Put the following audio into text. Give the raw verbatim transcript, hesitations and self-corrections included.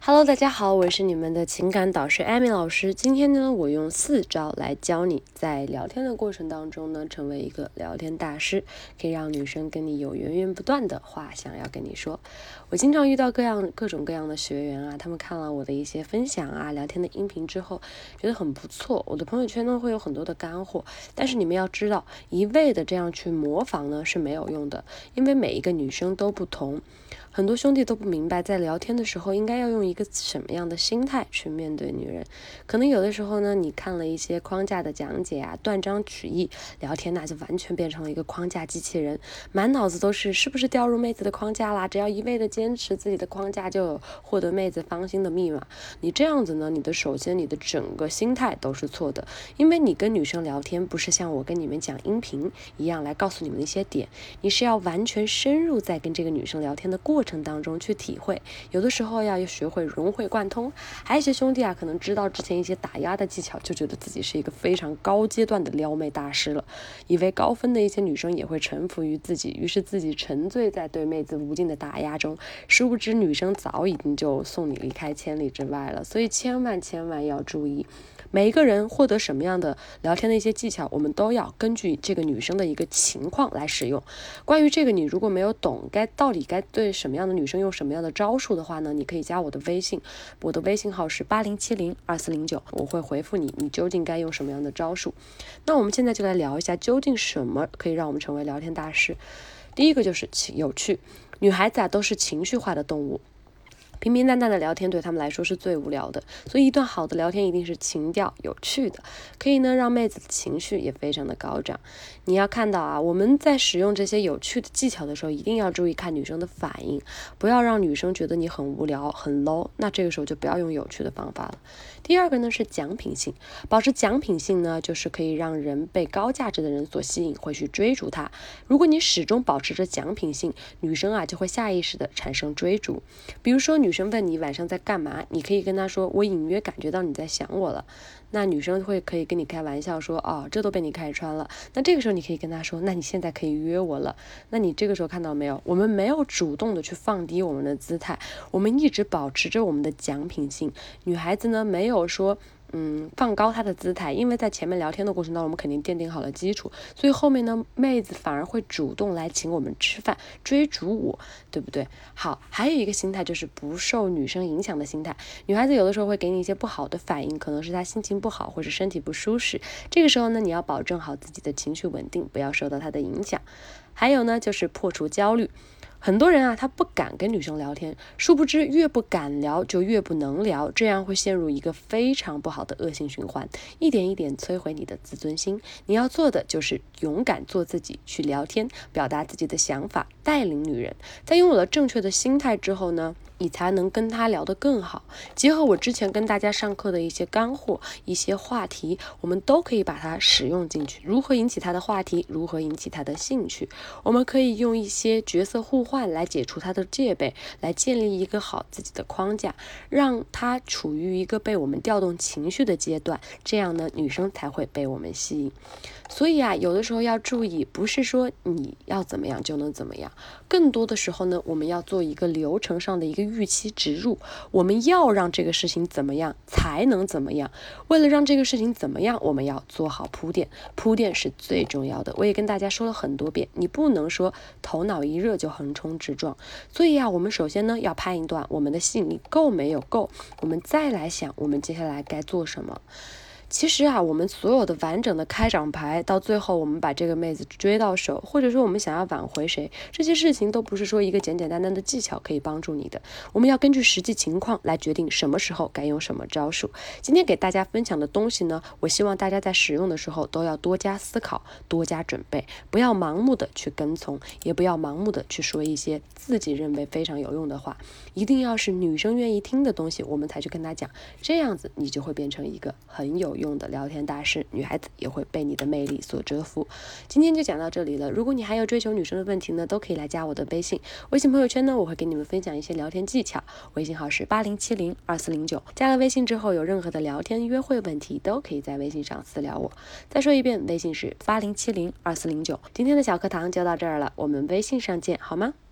Hello， 大家好，我是你们的情感导师艾米老师。今天呢，我用四招来教你在聊天的过程当中呢，成为一个聊天大师，可以让女生跟你有源源不断的话想要跟你说。我经常遇到各样各种各样的学员啊，他们看了我的一些分享啊、聊天的音频之后，觉得很不错。我的朋友圈呢会有很多的干货，但是你们要知道，一味的这样去模仿呢是没有用的，因为每一个女生都不同。很多兄弟都不明白，在聊天的时候应该要用一个什么样的心态去面对女人。可能有的时候呢，你看了一些框架的讲解啊，断章取义，聊天那就完全变成了一个框架机器人，满脑子都是是不是掉入妹子的框架啦？只要一味的坚持自己的框架，就有获得妹子芳心的密码。你这样子呢，你的首先你的整个心态都是错的，因为你跟女生聊天不是像我跟你们讲音频一样来告诉你们一些点，你是要完全深入在跟这个女生聊天的过程过程当中去体会，有的时候要学会融会贯通。还有一些兄弟啊，可能知道之前一些打压的技巧，就觉得自己是一个非常高阶段的撩妹大师了，以为高分的一些女生也会臣服于自己，于是自己沉醉在对妹子无尽的打压中，殊不知女生早已经就送你离开千里之外了。所以千万千万要注意，每一个人获得什么样的聊天的一些技巧，我们都要根据这个女生的一个情况来使用。关于这个，你如果没有懂该到底该对什么样的女生用什么样的招数的话呢，你可以加我的微信，我的微信号是八零七零二四零九，我会回复你，你究竟该用什么样的招数。那我们现在就来聊一下，究竟什么可以让我们成为聊天大师。第一个就是有趣，女孩子啊都是情绪化的动物。平平淡淡的聊天对他们来说是最无聊的，所以一段好的聊天一定是情调有趣的，可以呢让妹子的情绪也非常的高涨。你要看到啊，我们在使用这些有趣的技巧的时候，一定要注意看女生的反应，不要让女生觉得你很无聊很 low， 那这个时候就不要用有趣的方法了。第二个呢是奖品性，保持奖品性呢，就是可以让人被高价值的人所吸引，会去追逐他。如果你始终保持着奖品性，女生啊就会下意识的产生追逐。比如说女生问你晚上在干嘛，你可以跟她说，我隐约感觉到你在想我了。那女生会可以跟你开玩笑说，哦，这都被你看穿了。那这个时候你可以跟她说，那你现在可以约我了。那你这个时候看到没有，我们没有主动的去放低我们的姿态，我们一直保持着我们的奖品性。女孩子呢没有说嗯，放高她的姿态，因为在前面聊天的过程当中，我们肯定奠定好了基础，所以后面呢，妹子反而会主动来请我们吃饭，追逐我，对不对？好，还有一个心态就是不受女生影响的心态。女孩子有的时候会给你一些不好的反应，可能是她心情不好，或者身体不舒适，这个时候呢，你要保证好自己的情绪稳定，不要受到她的影响。还有呢，就是破除焦虑。很多人啊，他不敢跟女生聊天，殊不知越不敢聊就越不能聊，这样会陷入一个非常不好的恶性循环，一点一点摧毁你的自尊心。你要做的就是勇敢做自己，去聊天，表达自己的想法，带领女人。在拥有了正确的心态之后呢，你才能跟她聊得更好。结合我之前跟大家上课的一些干货、一些话题，我们都可以把它使用进去。如何引起她的话题，如何引起她的兴趣，我们可以用一些角色互换来解除她的戒备，来建立一个好自己的框架，让她处于一个被我们调动情绪的阶段，这样呢，女生才会被我们吸引。所以啊，有的时候要注意，不是说你要怎么样就能怎么样，更多的时候呢，我们要做一个流程上的一个预期植入，我们要让这个事情怎么样才能怎么样。为了让这个事情怎么样，我们要做好铺垫，铺垫是最重要的。我也跟大家说了很多遍，你不能说头脑一热就横冲直撞。所以啊，我们首先呢要判断我们的吸引力够没有够，我们再来想我们接下来该做什么。其实啊，我们所有的完整的开场白，到最后我们把这个妹子追到手，或者说我们想要挽回谁，这些事情都不是说一个简简单单的技巧可以帮助你的。我们要根据实际情况来决定什么时候该用什么招数。今天给大家分享的东西呢，我希望大家在使用的时候都要多加思考，多加准备，不要盲目的去跟从，也不要盲目的去说一些自己认为非常有用的话，一定要是女生愿意听的东西，我们才去跟她讲，这样子你就会变成一个很有用的聊天大师，女孩子也会被你的魅力所折服。今天就讲到这里了，如果你还有追求女生的问题呢，都可以来加我的微信，微信朋友圈呢，我会给你们分享一些聊天技巧，微信号是八零七零二四零九。加了微信之后，有任何的聊天约会问题，都可以在微信上私聊我。再说一遍，微信是八零七零二四零九。今天的小课堂就到这儿了，我们微信上见，好吗？